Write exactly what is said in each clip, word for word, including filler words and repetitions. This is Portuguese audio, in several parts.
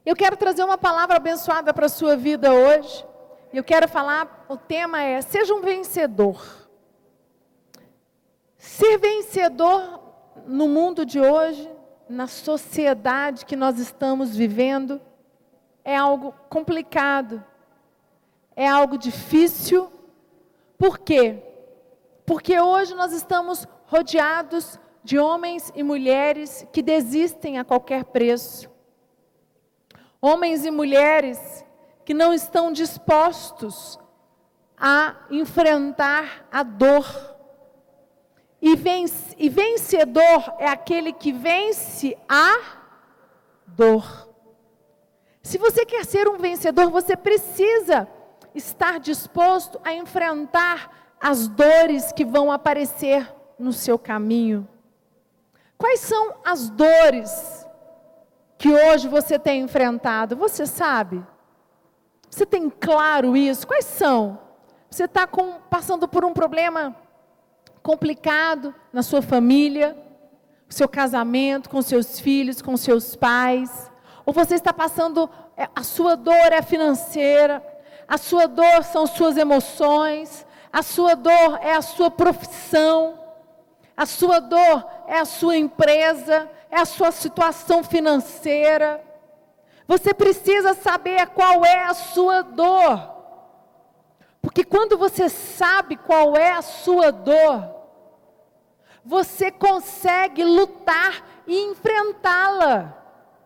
Eu quero trazer uma palavra abençoada para a sua vida hoje. Eu quero falar, o tema é, seja um vencedor. Ser vencedor no mundo de hoje, na sociedade que nós estamos vivendo, é algo complicado, é algo difícil. Por quê? Porque hoje nós estamos rodeados de homens e mulheres que desistem a qualquer preço. Homens e mulheres que não estão dispostos a enfrentar a dor. E, vence, e vencedor é aquele que vence a dor. Se você quer ser um vencedor, você precisa estar disposto a enfrentar as dores que vão aparecer no seu caminho. Quais são as dores que hoje você tem enfrentado? Você sabe? Você tem claro isso? Quais são? Você está passando por um problema complicado na sua família, no seu casamento, com seus filhos, com seus pais. Ou você está passando, a sua dor é financeira, a sua dor são suas emoções, a sua dor é a sua profissão, a sua dor é a sua empresa, é a sua situação financeira. Você precisa saber qual é a sua dor. Porque quando você sabe qual é a sua dor, você consegue lutar e enfrentá-la.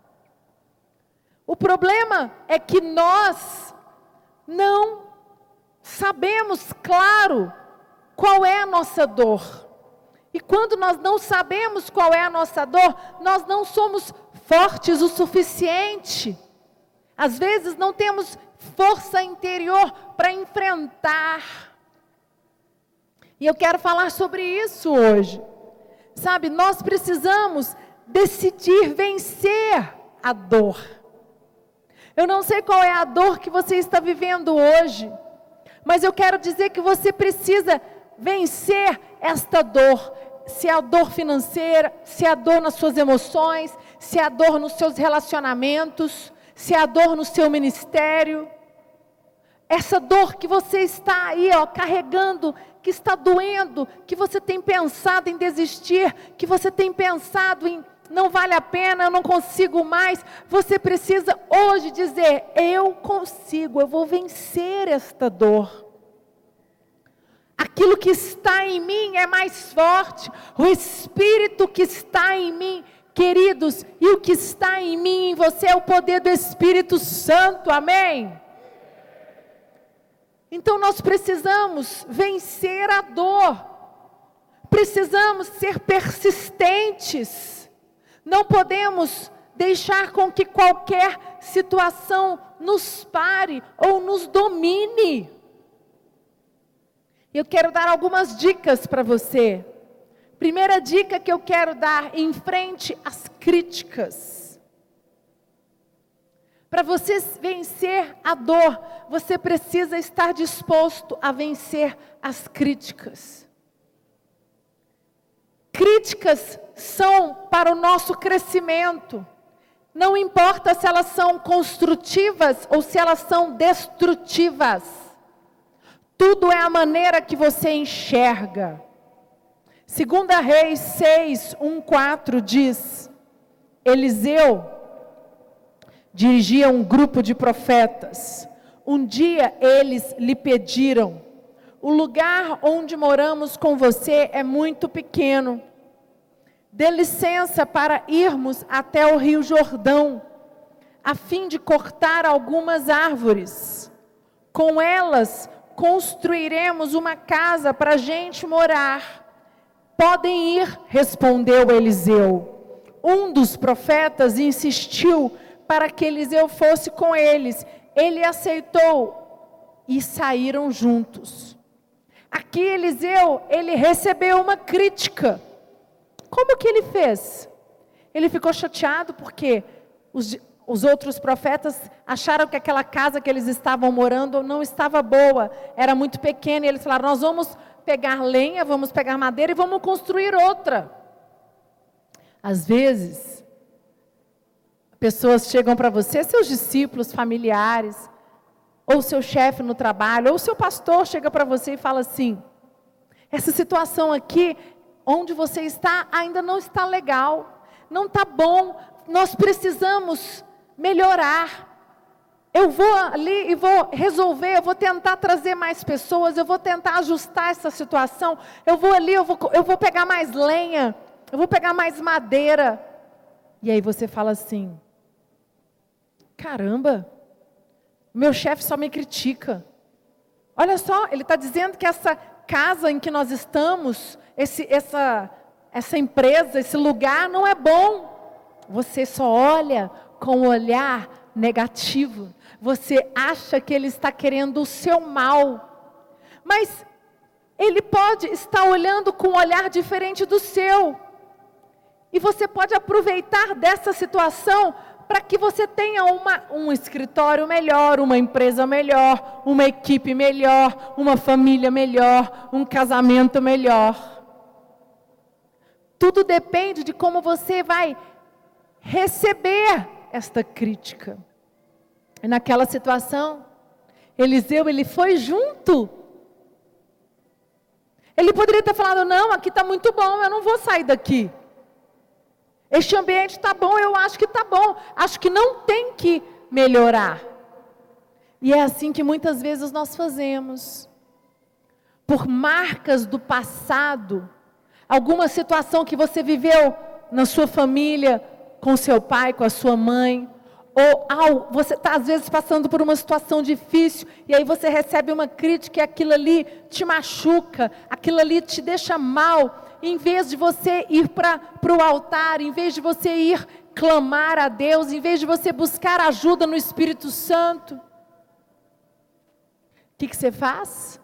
O problema é que nós não sabemos, claro, qual é a nossa dor. E quando nós não sabemos qual é a nossa dor, nós não somos fortes o suficiente. Às vezes não temos força interior para enfrentar. E eu quero falar sobre isso hoje. Sabe, nós precisamos decidir vencer a dor. Eu não sei qual é a dor que você está vivendo hoje, mas eu quero dizer que você precisa vencer esta dor. Se é a dor financeira, se é a dor nas suas emoções, se é a dor nos seus relacionamentos, se é a dor no seu ministério. Essa dor que você está aí, ó, carregando, que está doendo, que você tem pensado em desistir, que você tem pensado em não vale a pena, eu não consigo mais. Você precisa hoje dizer, eu consigo, eu vou vencer esta dor. Aquilo que está em mim é mais forte, o Espírito que está em mim, queridos, e o que está em mim e em você é o poder do Espírito Santo, amém? Então nós precisamos vencer a dor, precisamos ser persistentes, não podemos deixar com que qualquer situação nos pare ou nos domine. Eu quero dar algumas dicas para você. Primeira dica que eu quero dar, enfrente as críticas. Para você vencer a dor, você precisa estar disposto a vencer as críticas. Críticas são para o nosso crescimento. Não importa se elas são construtivas ou se elas são destrutivas. Tudo é a maneira que você enxerga. Segunda Reis seis, um, quatro diz, Eliseu dirigia um grupo de profetas. Um dia eles lhe pediram, o lugar onde moramos com você é muito pequeno. Dê licença para irmos até o rio Jordão, a fim de cortar algumas árvores. Com elas construiremos uma casa para a gente morar. Podem ir, respondeu Eliseu. Um dos profetas insistiu para que Eliseu fosse com eles. Ele aceitou e saíram juntos. Aqui Eliseu, ele recebeu uma crítica. Como que ele fez? Ele ficou chateado porque os, os outros profetas acharam que aquela casa que eles estavam morando não estava boa, era muito pequena, e eles falaram, nós vamos pegar lenha, vamos pegar madeira e vamos construir outra. Às vezes, Pessoas chegam para você, seus discípulos, familiares, ou seu chefe no trabalho, ou seu pastor chega para você e fala assim: essa situação aqui, onde você está, ainda não está legal, não está bom, nós precisamos melhorar. Eu vou ali e vou resolver, eu vou tentar trazer mais pessoas, eu vou tentar ajustar essa situação, eu vou ali, eu vou, eu vou pegar mais lenha, eu vou pegar mais madeira. E aí você fala assim: caramba, meu chefe só me critica. Olha só, ele está dizendo que essa casa em que nós estamos, esse, essa, essa empresa, esse lugar não é bom. Você só olha com um olhar negativo. Você acha que ele está querendo o seu mal. Mas ele pode estar olhando com um olhar diferente do seu. E você pode aproveitar dessa situação para que você tenha uma, um escritório melhor, uma empresa melhor, uma equipe melhor, uma família melhor, um casamento melhor. Tudo depende de como você vai receber esta crítica. E naquela situação, Eliseu, ele foi junto. Ele poderia ter falado: não, aqui está muito bom, eu não vou sair daqui. Este ambiente está bom, eu acho que está bom. Acho que não tem que melhorar. E é assim que muitas vezes nós fazemos. Por marcas do passado, alguma situação que você viveu na sua família, com seu pai, com a sua mãe, ou ao, você está às vezes passando por uma situação difícil, e aí você recebe uma crítica e aquilo ali te machuca, aquilo ali te deixa mal. Em vez de você ir para o altar, em vez de você ir clamar a Deus, em vez de você buscar ajuda no Espírito Santo, o que, que você faz?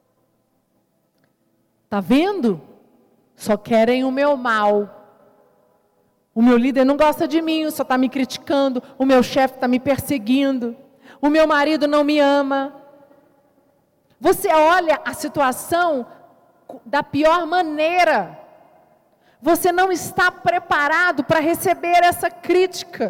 Está vendo? Só querem o meu mal. O meu líder não gosta de mim, só está me criticando. O meu chefe está me perseguindo. O meu marido não me ama. Você olha a situação da pior maneira. Você não está preparado para receber essa crítica.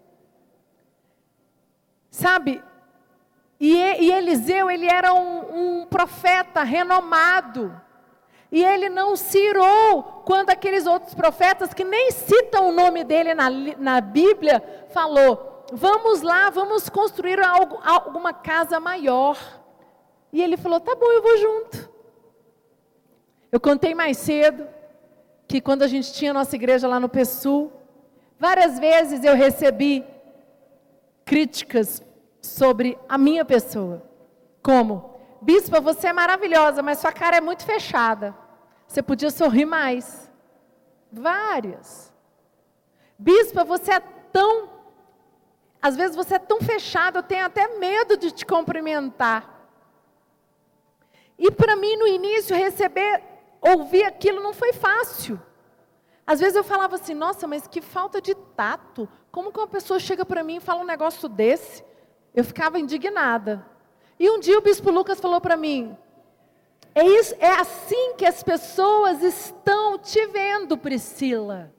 Sabe? E, e Eliseu, ele era um, um profeta renomado. E ele não se irou quando aqueles outros profetas, que nem citam o nome dele na, na Bíblia, falou: vamos lá, vamos construir algo, alguma casa maior. E ele falou: tá bom, eu vou junto. Eu contei mais cedo, que quando a gente tinha nossa igreja lá no Pessul, várias vezes eu recebi críticas sobre a minha pessoa. Como: bispa, você é maravilhosa, mas sua cara é muito fechada. Você podia sorrir mais. Várias. Bispa, você é tão... Às vezes você é tão fechada, eu tenho até medo de te cumprimentar. E para mim, no início, receber, ouvir aquilo não foi fácil. Às vezes eu falava assim: nossa, mas que falta de tato. Como que uma pessoa chega para mim e fala um negócio desse? Eu ficava indignada. E um dia o bispo Lucas falou para mim: é, isso, é assim que as pessoas estão te vendo, Priscila.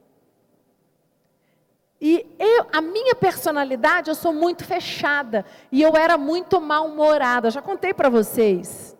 E eu, a minha personalidade, eu sou muito fechada. E eu era muito mal-humorada, já contei para vocês.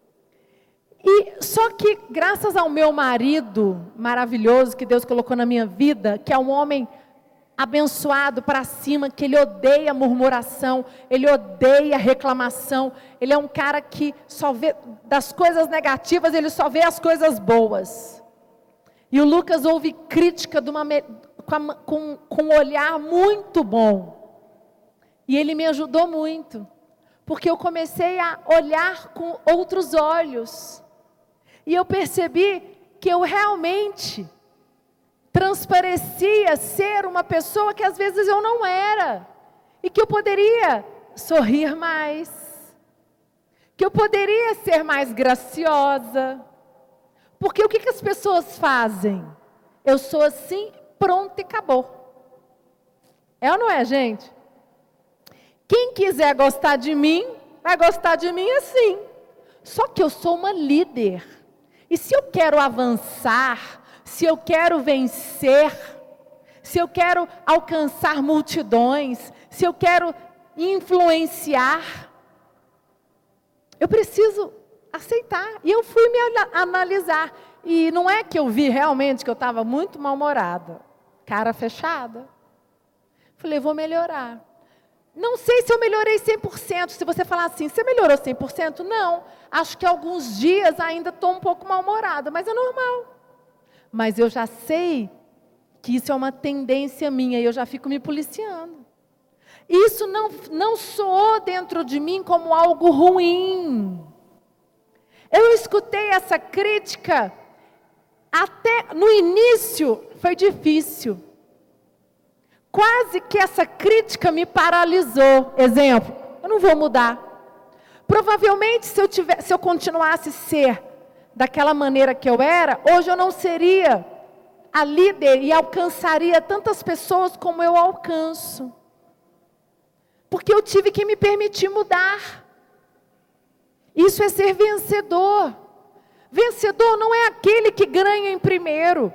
E só que graças ao meu marido maravilhoso que Deus colocou na minha vida, que é um homem abençoado para cima, que ele odeia murmuração, ele odeia reclamação, ele é um cara que só vê das coisas negativas, ele só vê as coisas boas. E o Lucas ouve crítica de uma, com, com, com um olhar muito bom, e ele me ajudou muito, porque eu comecei a olhar com outros olhos, e eu percebi que eu realmente transparecia ser uma pessoa que às vezes eu não era, e que eu poderia sorrir mais, que eu poderia ser mais graciosa, porque o que, que as pessoas fazem? Eu sou assim, pronto e acabou. É ou não é, gente? Quem quiser gostar de mim, vai gostar de mim assim. Só que eu sou uma líder, e se eu quero avançar, se eu quero vencer, se eu quero alcançar multidões, se eu quero influenciar, eu preciso aceitar. E eu fui me analisar. E não é que eu vi realmente que eu estava muito mal-humorada, cara fechada. Falei, vou melhorar. Não sei se eu melhorei cem por cento. Se você falar assim, você melhorou cem por cento? Não. Acho que alguns dias ainda estou um pouco mal-humorada, mas é normal. Mas eu já sei que isso é uma tendência minha e eu já fico me policiando. Isso não, não soou dentro de mim como algo ruim. Eu escutei essa crítica, até no início foi difícil. Quase que essa crítica me paralisou. Exemplo, eu não vou mudar. Provavelmente, se eu, tiver, se eu continuasse a ser daquela maneira que eu era, hoje eu não seria a líder e alcançaria tantas pessoas como eu alcanço. Porque eu tive que me permitir mudar. Isso é ser vencedor. Vencedor não é aquele que ganha em primeiro.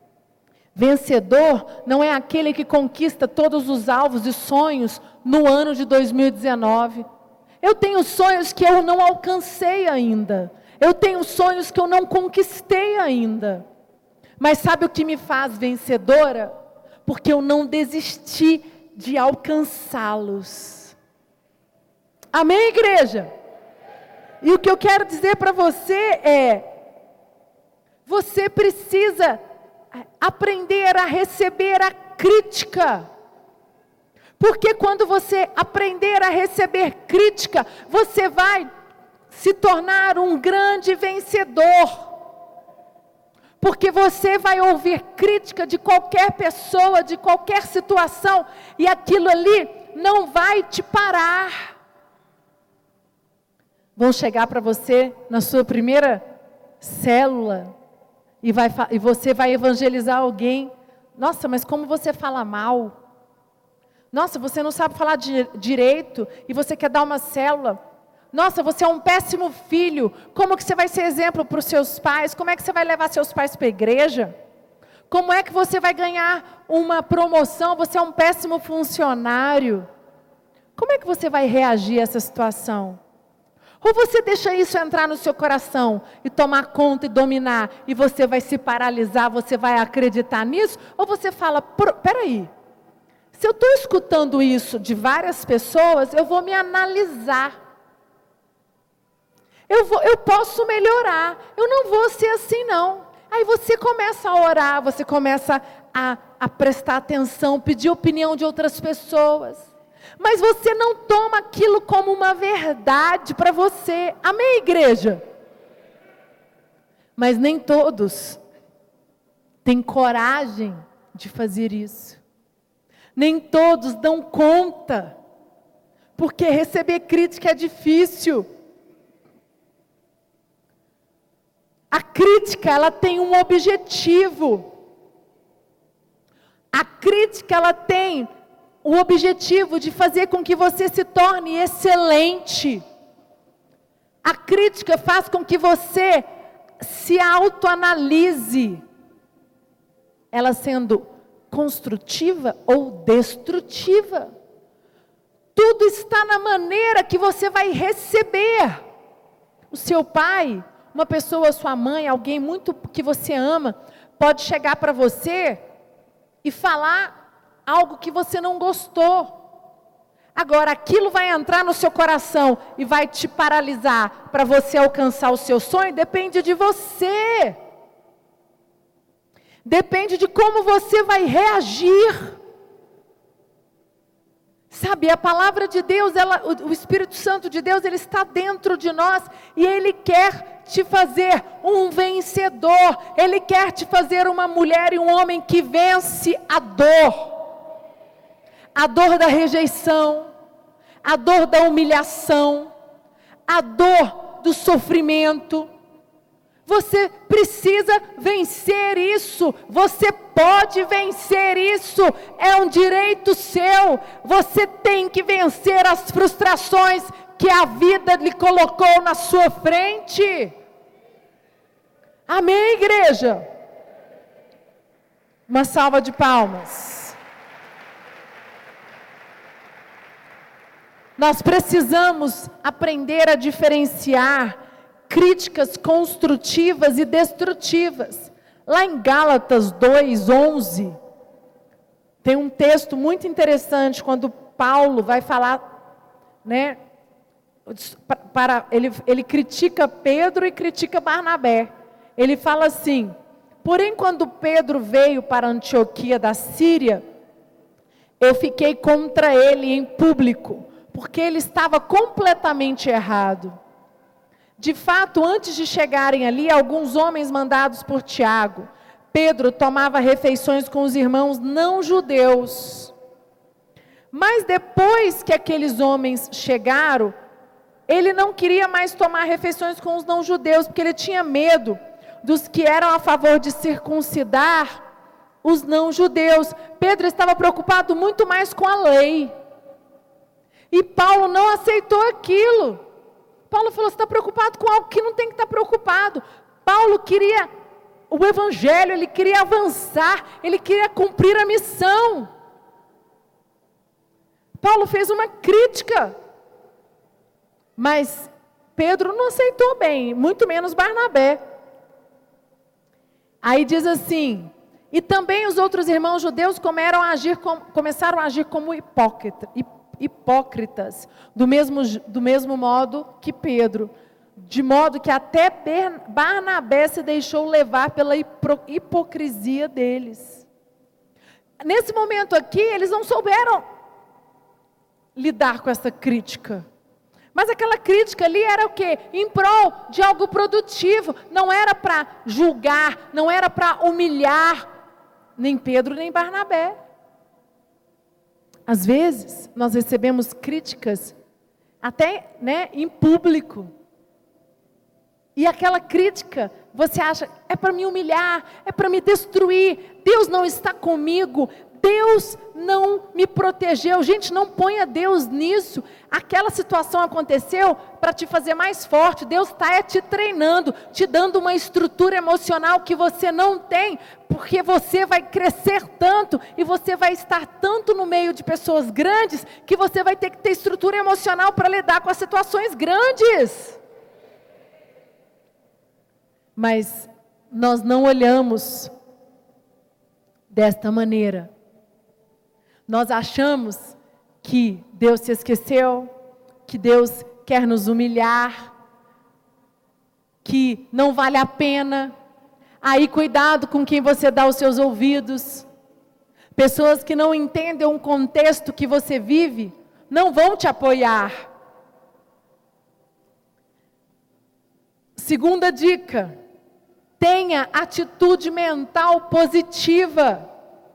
Vencedor não é aquele que conquista todos os alvos e sonhos no ano de dois mil e dezenove. Eu tenho sonhos que eu não alcancei ainda. Eu tenho sonhos que eu não conquistei ainda. Mas sabe o que me faz vencedora? Porque eu não desisti de alcançá-los. Amém, igreja? E o que eu quero dizer para você é, você precisa aprender a receber a crítica. Porque quando você aprender a receber crítica, você vai se tornar um grande vencedor. Porque você vai ouvir crítica de qualquer pessoa, de qualquer situação, e aquilo ali não vai te parar. Vão chegar para você na sua primeira célula, e, vai, e você vai evangelizar alguém. Nossa, mas como você fala mal? Nossa, você não sabe falar di- direito, e você quer dar uma célula. Nossa, você é um péssimo filho. Como que você vai ser exemplo para os seus pais? Como é que você vai levar seus pais para a igreja? Como é que você vai ganhar uma promoção? Você é um péssimo funcionário. Como é que você vai reagir a essa situação? Ou você deixa isso entrar no seu coração e tomar conta e dominar, e você vai se paralisar, você vai acreditar nisso? Ou você fala, peraí, se eu estou escutando isso de várias pessoas, eu vou me analisar. Eu, vou, eu posso melhorar, eu não vou ser assim não. Aí você começa a orar, você começa a, a prestar atenção, pedir opinião de outras pessoas. Mas você não toma aquilo como uma verdade para você. Amém, igreja? Mas nem todos têm coragem de fazer isso. Nem todos dão conta. Porque receber crítica é difícil. A crítica, ela tem um objetivo. A crítica, ela tem o objetivo de fazer com que você se torne excelente. A crítica faz com que você se autoanalise, ela sendo construtiva ou destrutiva. Tudo está na maneira que você vai receber. O seu pai, uma pessoa, sua mãe, alguém muito que você ama, pode chegar para você e falar algo que você não gostou. Agora, aquilo vai entrar no seu coração e vai te paralisar para você alcançar o seu sonho, depende de você. Depende de como você vai reagir. Sabe, a palavra de Deus, ela, o, o Espírito Santo de Deus, ele está dentro de nós e ele quer te fazer um vencedor. Ele quer te fazer uma mulher e um homem que vence a dor. A dor da rejeição, a dor da humilhação, a dor do sofrimento. Você precisa vencer isso, você pode vencer isso, é um direito seu. Você tem que vencer as frustrações que a vida lhe colocou na sua frente. Amém, igreja? Uma salva de palmas. Nós precisamos aprender a diferenciar críticas construtivas e destrutivas. Lá em Gálatas dois, onze, tem um texto muito interessante, quando Paulo vai falar, né, para, ele, ele critica Pedro e critica Barnabé. Ele fala assim: porém, quando Pedro veio para Antioquia da Síria, eu fiquei contra ele em público, porque ele estava completamente errado. De fato, antes de chegarem ali, alguns homens mandados por Tiago, Pedro tomava refeições com os irmãos não judeus. Mas depois que aqueles homens chegaram, ele não queria mais tomar refeições com os não judeus, porque ele tinha medo dos que eram a favor de circuncidar os não judeus. Pedro estava preocupado muito mais com a lei. E Paulo não aceitou aquilo. Paulo falou: você está preocupado com algo que não tem que estar preocupado. Paulo queria o evangelho, ele queria avançar, ele queria cumprir a missão. Paulo fez uma crítica, mas Pedro não aceitou bem, muito menos Barnabé. Aí diz assim: e também os outros irmãos judeus começaram a agir como, começaram a agir como hipócrita, hipócritas, do mesmo, do mesmo modo que Pedro, de modo que até Barnabé se deixou levar pela hipocrisia deles. Nesse momento aqui, eles não souberam lidar com essa crítica. Mas aquela crítica ali era o quê? Em prol de algo produtivo. Não era para julgar, não era para humilhar nem Pedro nem Barnabé. Às vezes, nós recebemos críticas até, né, em público. E aquela crítica, você acha, é para me humilhar, é para me destruir. Deus não está comigo, Deus não me protegeu. Gente, não ponha Deus nisso. Aquela situação aconteceu para te fazer mais forte. Deus está é, te treinando, te dando uma estrutura emocional que você não tem, porque você vai crescer tanto e você vai estar tanto no meio de pessoas grandes que você vai ter que ter estrutura emocional para lidar com as situações grandes. Mas nós não olhamos desta maneira. Nós achamos que Deus se esqueceu, que Deus quer nos humilhar, que não vale a pena. Aí cuidado com quem você dá os seus ouvidos. Pessoas que não entendem o contexto que você vive, não vão te apoiar. Segunda dica: tenha atitude mental positiva.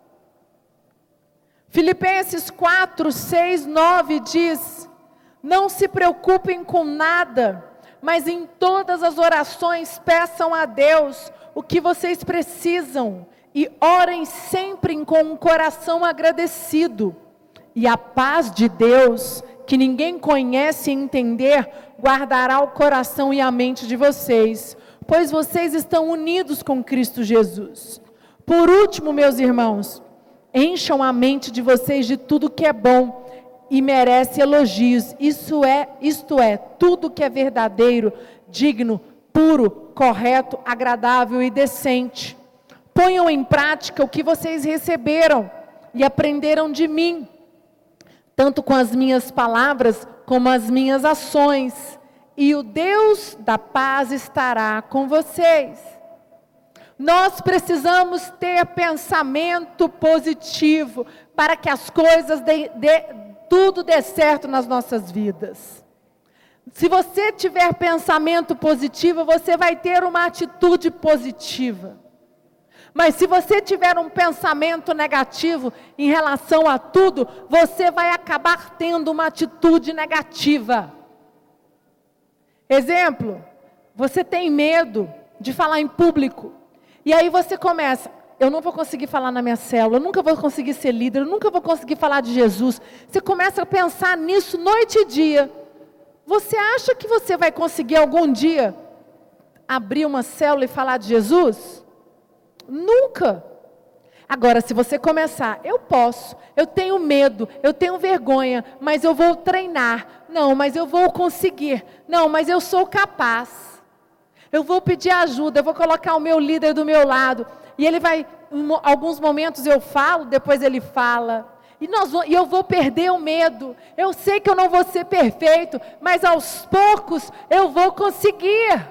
Filipenses quatro, seis, nove diz: não se preocupem com nada, mas em todas as orações peçam a Deus o que vocês precisam e orem sempre com um coração agradecido. E a paz de Deus, que ninguém conhece e entender, guardará o coração e a mente de vocês, pois vocês estão unidos com Cristo Jesus. Por último, meus irmãos, encham a mente de vocês de tudo que é bom e merece elogios. Isso é, isto é, tudo que é verdadeiro, digno, puro, correto, agradável e decente. Ponham em prática o que vocês receberam e aprenderam de mim, tanto com as minhas palavras como as minhas ações, e o Deus da paz estará com vocês. Nós precisamos ter pensamento positivo para que as coisas, de, de, tudo dê certo nas nossas vidas. Se você tiver pensamento positivo, você vai ter uma atitude positiva. Mas se você tiver um pensamento negativo em relação a tudo, você vai acabar tendo uma atitude negativa. Exemplo, você tem medo de falar em público. E aí você começa: eu não vou conseguir falar na minha célula, eu nunca vou conseguir ser líder, eu nunca vou conseguir falar de Jesus. Você começa a pensar nisso noite e dia. Você acha que você vai conseguir algum dia abrir uma célula e falar de Jesus? Nunca. Agora, se você começar, eu posso, eu tenho medo, eu tenho vergonha, mas eu vou treinar. Não, mas eu vou conseguir. Não, mas eu sou capaz. Eu vou pedir ajuda, eu vou colocar o meu líder do meu lado. E ele vai, em alguns momentos eu falo, depois ele fala. E, nós, e eu vou perder o medo. Eu sei que eu não vou ser perfeito, mas aos poucos eu vou conseguir.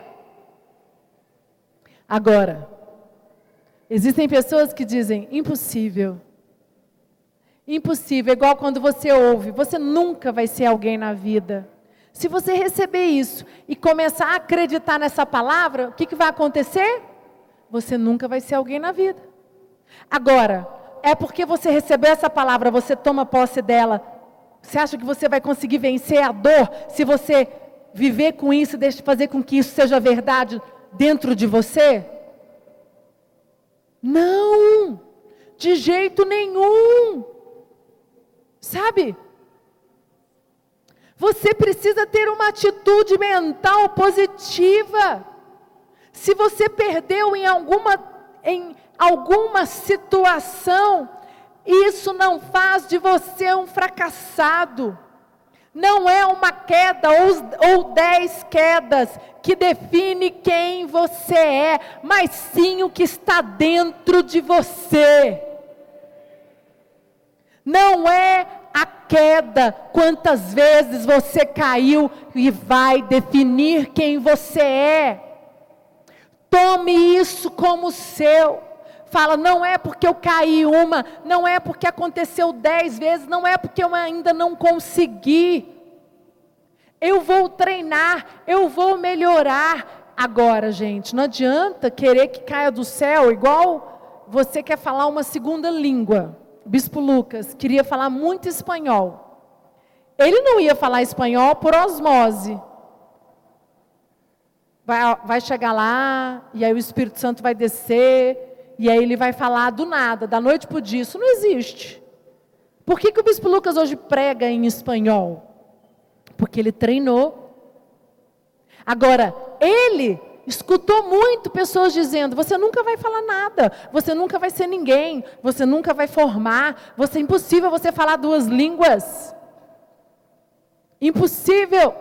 Agora, existem pessoas que dizem, impossível. Impossível, igual quando você ouve, você nunca vai ser alguém na vida. Se você receber isso e começar a acreditar nessa palavra, o que, que vai acontecer? Você nunca vai ser alguém na vida. Agora, é porque você recebeu essa palavra, você toma posse dela, você acha que você vai conseguir vencer a dor, se você viver com isso, deixa fazer com que isso seja verdade dentro de você? Não, de jeito nenhum, sabe? Você precisa ter uma atitude mental positiva. Se você perdeu em alguma, em alguma situação, isso não faz de você um fracassado. Não é uma queda ou, ou dez quedas que define quem você é, mas sim o que está dentro de você. Não é a queda, quantas vezes você caiu, e vai definir quem você é. Tome isso como seu. Fala, não é porque eu caí uma, não é porque aconteceu dez vezes, não é porque eu ainda não consegui. Eu vou treinar, eu vou melhorar. Agora, gente, não adianta querer que caia do céu, igual você quer falar uma segunda língua. O Bispo Lucas queria falar muito espanhol. Ele não ia falar espanhol por osmose. Vai, vai chegar lá, e aí o Espírito Santo vai descer, e aí ele vai falar do nada, da noite para o dia. Isso não existe. Por que, que o Bispo Lucas hoje prega em espanhol? Porque ele treinou. Agora, ele escutou muito pessoas dizendo, você nunca vai falar nada, você nunca vai ser ninguém, você nunca vai formar, você, é impossível você falar duas línguas. Impossível.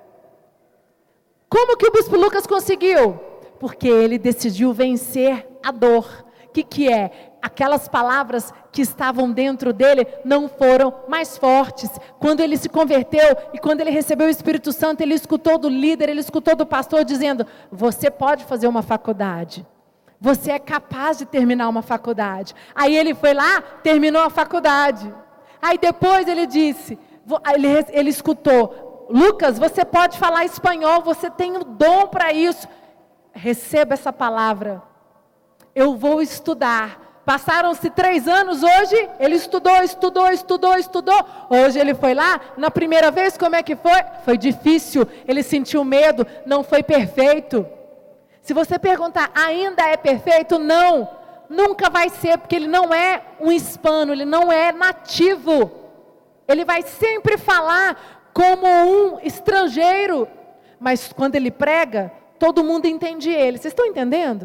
Como que o Bispo Lucas conseguiu? Porque ele decidiu vencer a dor. O que, que é? Aquelas palavras que estavam dentro dele não foram mais fortes. Quando ele se converteu e quando ele recebeu o Espírito Santo, ele escutou do líder, ele escutou do pastor dizendo, você pode fazer uma faculdade. Você é capaz de terminar uma faculdade. Aí ele foi lá, terminou a faculdade. Aí depois ele disse, ele, ele escutou, Lucas, você pode falar espanhol, você tem o dom para isso. Receba essa palavra. Eu vou estudar. Passaram-se três anos, hoje ele estudou, estudou, estudou, estudou. Hoje ele foi lá, na primeira vez como é que foi? Foi difícil, ele sentiu medo, não foi perfeito. Se você perguntar, ainda é perfeito? Não, nunca vai ser, porque ele não é um hispano, ele não é nativo. Ele vai sempre falar como um estrangeiro, mas quando ele prega, todo mundo entende ele. Vocês estão entendendo?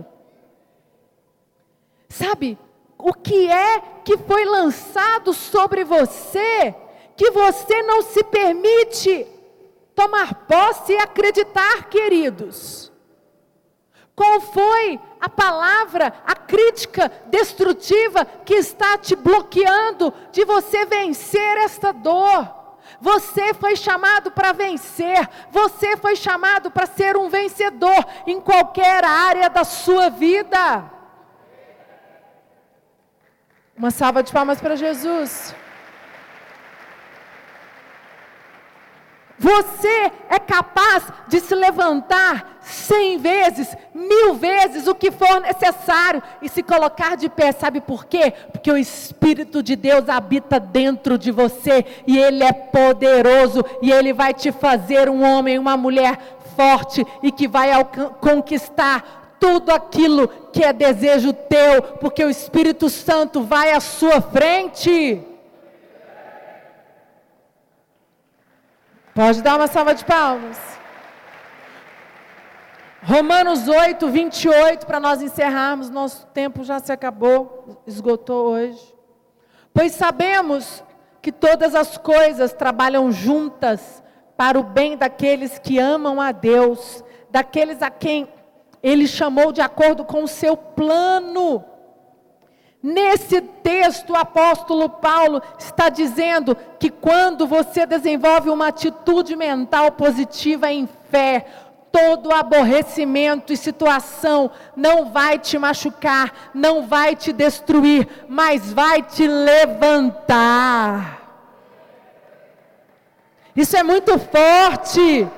Sabe, o que é que foi lançado sobre você, que você não se permite tomar posse e acreditar, queridos? Qual foi a palavra, a crítica destrutiva que está te bloqueando de você vencer esta dor? Você foi chamado para vencer, você foi chamado para ser um vencedor em qualquer área da sua vida. Uma salva de palmas para Jesus. Você é capaz de se levantar cem vezes, mil vezes, o que for necessário, e se colocar de pé. Sabe por quê? Porque o Espírito de Deus habita dentro de você, e Ele é poderoso, e Ele vai te fazer um homem, uma mulher forte, e que vai conquistar tudo aquilo que é desejo teu, porque o Espírito Santo vai à sua frente. Pode dar uma salva de palmas. Romanos oito, vinte e oito, para nós encerrarmos, nosso tempo já se acabou, esgotou hoje. Pois sabemos que todas as coisas trabalham juntas para o bem daqueles que amam a Deus, daqueles a quem Ele chamou de acordo com o seu plano. Nesse texto, o apóstolo Paulo está dizendo que quando você desenvolve uma atitude mental positiva em fé, todo aborrecimento e situação não vai te machucar, não vai te destruir, mas vai te levantar. Isso é muito forte.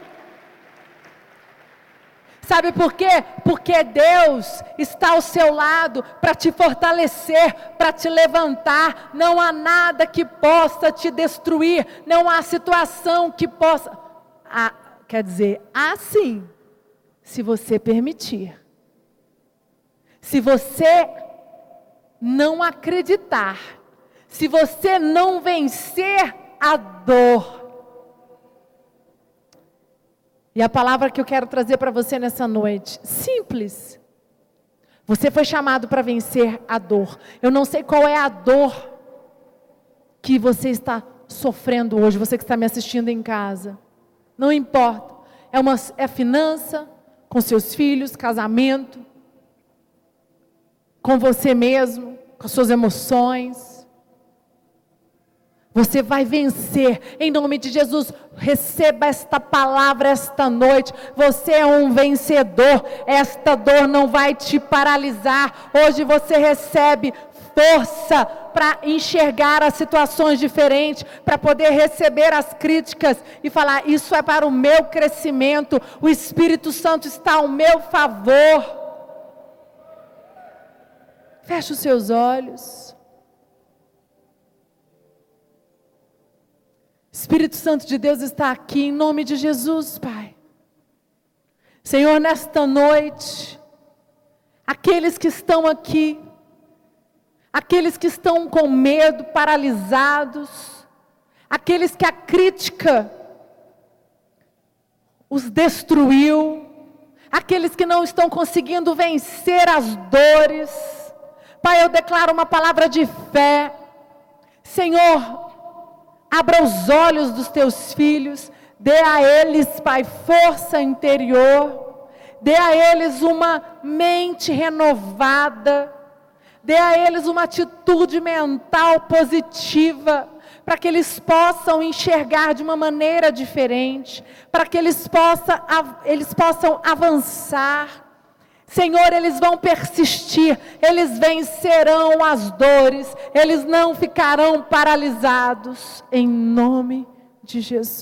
Sabe por quê? Porque Deus está ao seu lado para te fortalecer, para te levantar. Não há nada que possa te destruir, não há situação que possa... Ah, quer dizer, há sim, se você permitir. Se você não acreditar, se você não vencer a dor. E a palavra que eu quero trazer para você nessa noite, simples. Você foi chamado para vencer a dor. Eu não sei qual é a dor que você está sofrendo hoje, você que está me assistindo em casa. Não importa. É, uma, é finança, com seus filhos, casamento, com você mesmo, com as suas emoções. Você vai vencer, em nome de Jesus. Receba esta palavra esta noite. Você é um vencedor. Esta dor não vai te paralisar. Hoje você recebe força para enxergar as situações diferentes, para poder receber as críticas e falar: isso é para o meu crescimento. O Espírito Santo está ao meu favor. Feche os seus olhos. Espírito Santo de Deus está aqui, em nome de Jesus, Pai. Senhor, nesta noite, aqueles que estão aqui, aqueles que estão com medo, paralisados, aqueles que a crítica os destruiu, aqueles que não estão conseguindo vencer as dores, Pai, eu declaro uma palavra de fé. Senhor, abra os olhos dos teus filhos, dê a eles, Pai, força interior, dê a eles uma mente renovada, dê a eles uma atitude mental positiva, para que eles possam enxergar de uma maneira diferente, para que eles possam, eles possam avançar. Senhor, eles vão persistir, eles vencerão as dores, eles não ficarão paralisados, em nome de Jesus.